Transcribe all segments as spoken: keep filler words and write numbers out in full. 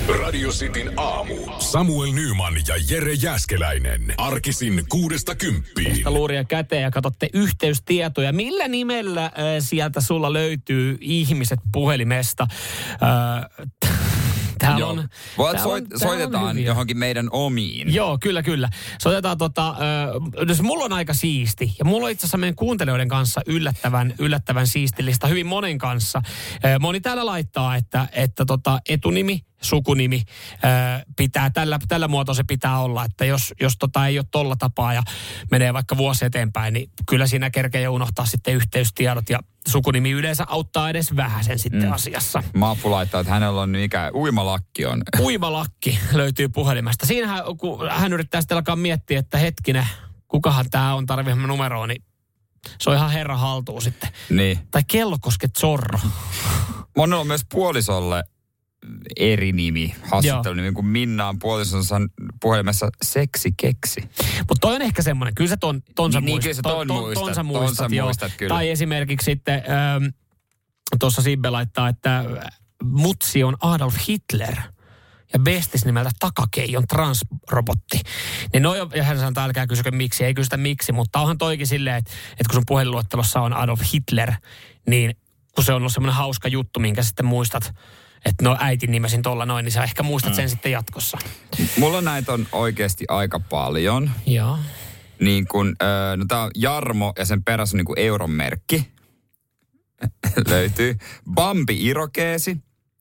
Radio Cityn aamu. Samuel Nyman ja Jere Jääskeläinen. Arkisin kuudesta kymppiin. Luuria käteen ja katsotte yhteystietoja. Millä nimellä äh, sieltä sulla löytyy ihmiset puhelimesta? Äh, Täällä Joo. on, Voit täällä soit, on, soitetaan on johonkin meidän omiin. Joo, kyllä, kyllä. Soitetaan tota, äh, jos mulla on aika siisti, ja mulla on itse asiassa meidän kuuntelijoiden kanssa yllättävän, yllättävän siistilista hyvin monen kanssa. Äh, moni täällä laittaa, että, että tota, etunimi, sukunimi äh, pitää, tällä, tällä muotoa se pitää olla, että jos, jos tota ei ole tolla tapaa ja menee vaikka vuosi eteenpäin, niin kyllä siinä kerkee jo unohtaa sitten yhteystiedot ja sukunimi yleensä auttaa edes vähäsen sitten mm. asiassa. Maafu laittaa, että hänellä on mikä uimalakki on. Uimalakki löytyy puhelimesta. Siinähän, kun hän yrittää sitten alkaa miettiä, että hetkinen, kukahan tämä on, tarvitsemme numeroa, niin se on ihan herran haltuun sitten. Niin. Tai Kellokosket Zorro. Monella on myös puolisolle eri nimi, haastattelunimi, kun Minna on puolisonsa puhelimessa seksikeksi. Mutta toi on ehkä semmoinen, kyllä sä ton, ton, niin, muistat, kyllä sä ton, ton muistat. Ton sä muistat, muistat, ton muistat kyllä. Tai esimerkiksi sitten, ähm, tuossa Sibbe laittaa, että mutsi on Adolf Hitler ja bestis nimeltä Takakei on transrobotti. Niin no, ja hän sanoo, että älkää kysykö miksi, ei kysytä miksi, mutta onhan toikin silleen, että, että kun sun puhelinluettelossa on Adolf Hitler, niin kun se on ollut semmoinen hauska juttu, minkä sitten muistat, että no äitin nimesin tuolla noin, niin sä ehkä muistat sen mm. sitten jatkossa. Mulla näitä on oikeasti aika paljon. Joo. Niin kun, äh, no tää on Jarmo ja sen perässä on niin kuin euron merkki. Löytyy. Bambi Irokeesi.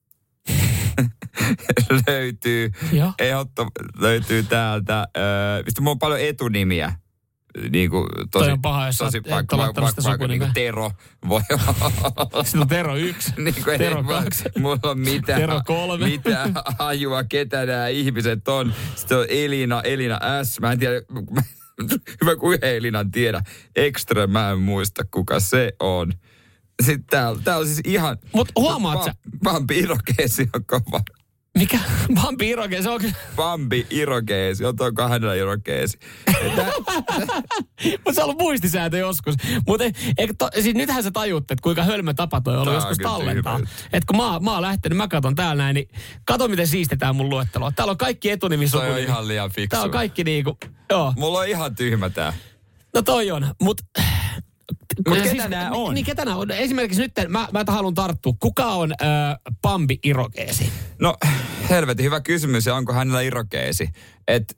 löytyy. Joo. Ehdotto, löytyy täältä. Äh, mistä mulla on paljon etunimiä. Niin kuin tosi, toi on paha, jos tosi, et vaikka, vaikka, vaikka, vaikka niin kuin Tero voi olla. Sitten on Tero yksi, niin kuin Tero kaksi, mulla on mitään, Tero kolme. mitään hajua, ketä nämä ihmiset on. Sitten on Elina, Elina S. Mä en tiedä, hyvä kuin Elinan tiedä. Extra, mä en muista kuka se on. Sitten täällä, täällä on siis ihan... Mut huomaat sä... Bambi Irokeesi on kova. Mikä? Bambi Irokeesi, se on kyllä... Bambi Irokeesi, otoiko hänellä Irokeesi? Mutta se on ollut muistisääntö joskus. Mutta siis nythän sä tajutte, että kuinka hölmö tapa toi on ollut joskus tallentaa. Että kun mä, mä oon lähtenyt, mä katon täällä näin, niin kato miten siistetään mun luetteloa. Täällä on kaikki etunimisukunimi. Toi on ihan liian fiksu. Täällä on kaikki niinku, joo. Mulla on ihan tyhmä tää. No toi on, mut... Mut ketä siis, nää on? Niin ketä nää on? Esimerkiksi nyt mä, mä haluan tarttua. Kuka on äh, Bambi Irokeesi? No helvetin hyvä kysymys ja onko hänellä Irokeesi? Et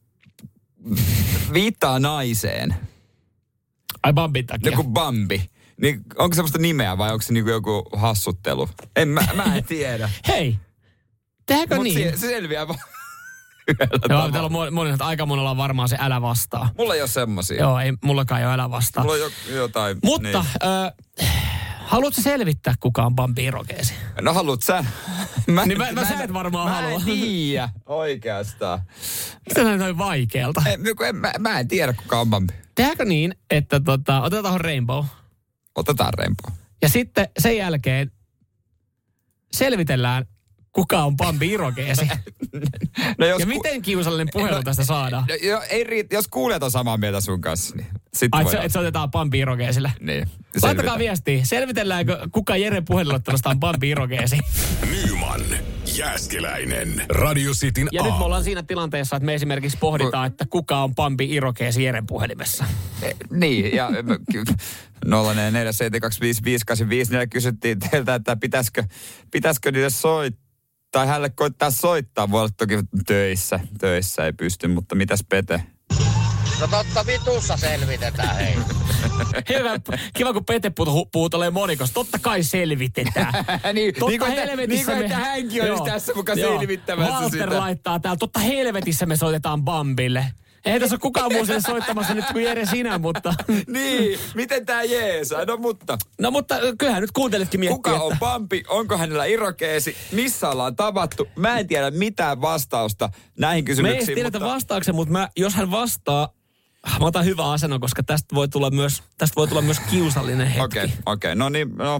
viittaa naiseen. Ai Bambin takia? Joku Bambi. Niin onko semmoista nimeä vai onko se niinku joku hassuttelu? En mä, mä en tiedä. Hei, tehdäänkö Mut niin? Se, se selviää vaan. Joo, täällä on moni, että aika monella on varmaan se älä vastaa. Mulla ei ole semmosia. Joo, ei mullakaan ei ole älä vastaa. Mulla on jo, jotain. Mutta, niin. äh, haluatko selvittää, kuka on Bambi Irokeesi? No haluut sä? Mä, niin mä, mä, mä sä et varmaan mä halua. Mä en tiedä, oikeastaan. Mistä näin noin vaikealta? En, en, mä, mä en tiedä, kuka on Bambi. Tehdäänkö niin, että tota, otetaan Rainbow. Otetaan Rainbow. Ja sitten sen jälkeen selvitellään, kuka on Bambi Irokeesi. no jos ja miten kiusallinen puhelu no, tästä saadaan? No, jo, ei riitä, jos kuulijat on samaa mieltä sun kanssa, niin sitten Ai, voidaan. että se otetaan Bambi Irokeesille. Niin. Laittakaa viestiä. Selvitelläänkö, kuka Jeren puhelinluettelosta on Bambi Irokeesi? Nyman, Jääskeläinen, Radio Cityn Ja aamu. nyt me ollaan siinä tilanteessa, että me esimerkiksi pohditaan, että kuka on Bambi Irokeesi Jeren puhelimessa. Eh, niin, ja nolla neljä neljä seitsemän kaksi viisi viisi kahdeksan viisi neljä kysyttiin teiltä, että pitäisikö, pitäisikö niille soittaa. Tai hänelle koittaa soittaa. Voi olla toki töissä. Töissä ei pysty, mutta mitäs Pete? No totta vitussa selvitetään, hei. Hyvä, kiva kun Pete puutelee monikossa. Totta kai selvitetään. niin, totta niin kuin helvetissä niin, että me... hänkin olisi tässä mukaan selvittämässä Walter sitä. Walter laittaa täällä. Totta helvetissä me soitetaan Bambille. Ei tässä ole kukaan muu sen soittamassa nyt kuin Jere sinä, mutta... niin, miten tää jeesaa? No mutta... No mutta kyllähän nyt kuuntelitkin miettiä, Kuka on että... Bambi? Onko hänellä Irokeesi? Missä ollaan tavattu? Mä en tiedä mitään vastausta näihin kysymyksiin. Me ei tiedetä mutta... vastauksen, mutta mä, jos hän vastaa, mä otan hyvä asento, koska tästä voi tulla myös, tästä voi tulla myös kiusallinen hetki. Okei, okay, okei. Okay. No niin, no...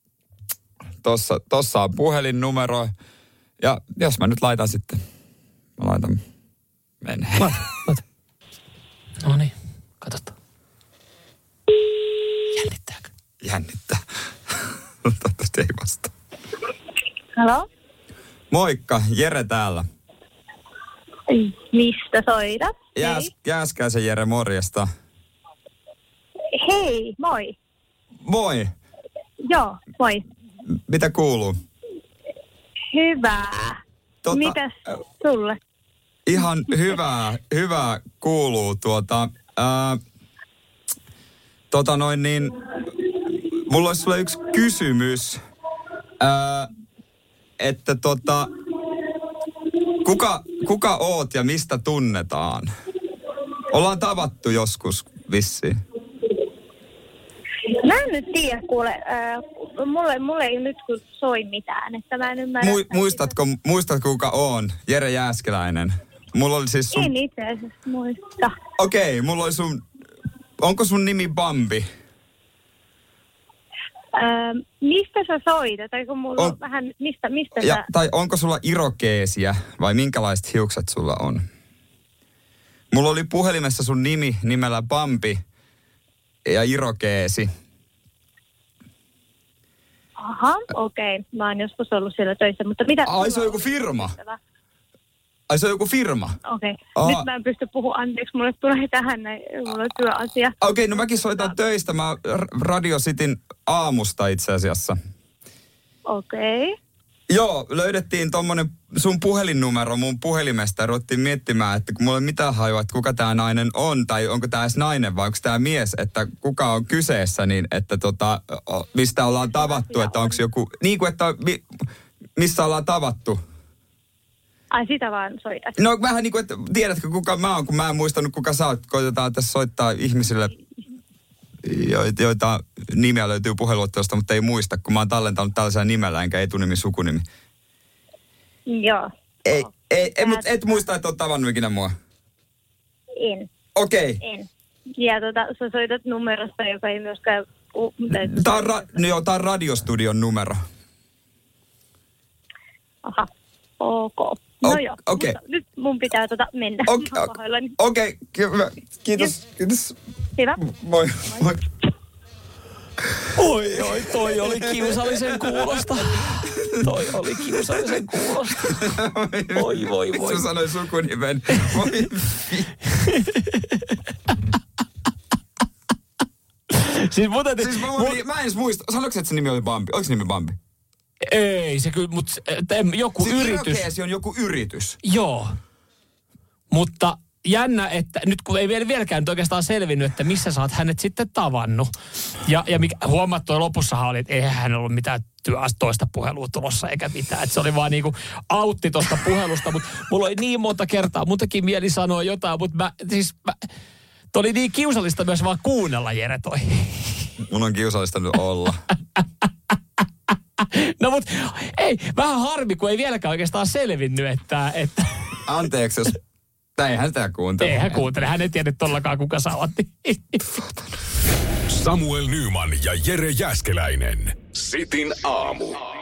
Tossa, tossa on puhelinnumero. Ja jos mä nyt laitan sitten... Mä laitan... Mene. Laita, laita. No niin, katsotaan. Jännittääkö? Jännittää. Toivottavasti ei vastaa. Halo? Moikka, Jere täällä. Mistä soitat? Jääs, Jääskäisen Jere, morjesta. Hei, moi. Moi. Joo, moi. M- mitä kuuluu? Hyvää. Tota, Mitäs sulle? Ihan hyvää, hyvää kuuluu tuota. Ää, tota noin niin, mulla olisi sulle yksi kysymys. Ää, että tota, kuka, kuka oot ja mistä tunnetaan? Ollaan tavattu joskus vissiin. Mä en nyt tiedä, kuule, äh, mulle, mulle ei nyt kun soi mitään, että mä en ymmärrä. Mu, muistatko, muistatko kuka on? Jere Jääskeläinen. Mulla oli siis sun... En itse asiassa muista. Okei, okay, mulla oli sun... Onko sun nimi Bambi? Äh, mistä sä soitat? Tai kun mulla on, on vähän, mistä, mistä ja, sä... Tai onko sulla irokeesiä vai minkälaiset hiukset sulla on? Mulla oli puhelimessa sun nimi nimellä Bambi ja irokeesi. Aha, okei. Okay. Mä oon joskus ollut siellä töissä, mutta mitä... Ai se on joku firma? Ai se on joku firma? Okei. Okay. Nyt mä en pysty puhumaan, anteeksi, mulle tulee tähän näin, mulla on työasia. Okei, okay, no mäkin soitan töistä. Mä Radio Cityn aamusta itse asiassa. Okei. Okay. Joo, löydettiin tommonen sun puhelinnumero mun puhelimesta ja ruvettiin miettimään, että kun mulla ei mitään hajua, että kuka tää nainen on, tai onko tää edes nainen vai onko tää mies, että kuka on kyseessä, niin että tota, mistä ollaan tavattu, että onko joku, niin kuin että mi, missä ollaan tavattu. Ai sitä vaan soitat. No vähän niin kuin, että tiedätkö kuka mä oon, kun mä en muistanut kuka sä oot. Koitetaan tässä soittaa ihmisille, joita, joita nimiä löytyy puheluottelusta, mutta ei muista, kun mä oon tallentanut tällaisella nimellä, enkä etunimi, sukunimi. Joo. Ei, ei, ei mutta et muista, että oot tavannut ikinä mua. En. Okei. Okay. En. Ja tota, sä soitat numerosta, joka ei myöskään... Uh, Tää on, ra- no joo, tää on radiostudion numero. Aha. Ok. No o- joo, okay. Mutta nyt mun pitää tota mennä. Okei, okay, okay. Kiitos. Kiitos. Hyvä. Moi. Moi. Oi, oi, toi oli kiusallisen kuulosta. Toi oli kiusallisen kuulosta. Oi, voi, voi. Sä sanoi sukunimen. Voi. Siis, mutta, siis mä, mut, mä en edes muista. Sanoitko, että se nimi oli Bambi? Oliko se nimi Bambi? Ei, se kyllä, mutta joku siis yritys. Irokeesi on joku yritys. Joo. Mutta jännä, että nyt kun ei vielä vieläkään nyt oikeastaan selvinnyt, että missä sä oot hänet sitten tavannut. Ja, ja mikä, huomaat, toi lopussahan oli, että eihän hän ollut mitään toista puhelua tulossa eikä mitään. Että se oli vaan niinku autti tosta puhelusta, mutta mulla oli niin monta kertaa, mun teki mieli sanoa jotain, mutta mä, siis mä, toi oli niin kiusallista myös vaan kuunnella, Jere, toi. Mun on kiusallista nyt olla. No mut, ei, vähän harmi, kun ei vieläkään oikeastaan selvinnyt, että... että anteeksi, jos... Tai eihän sitä kuuntele. Eihän kuuntele, hän ei tiedä tollakaan, kuka sä oot. Samuel Nyman ja Jere Jääskeläinen. Sitin aamu.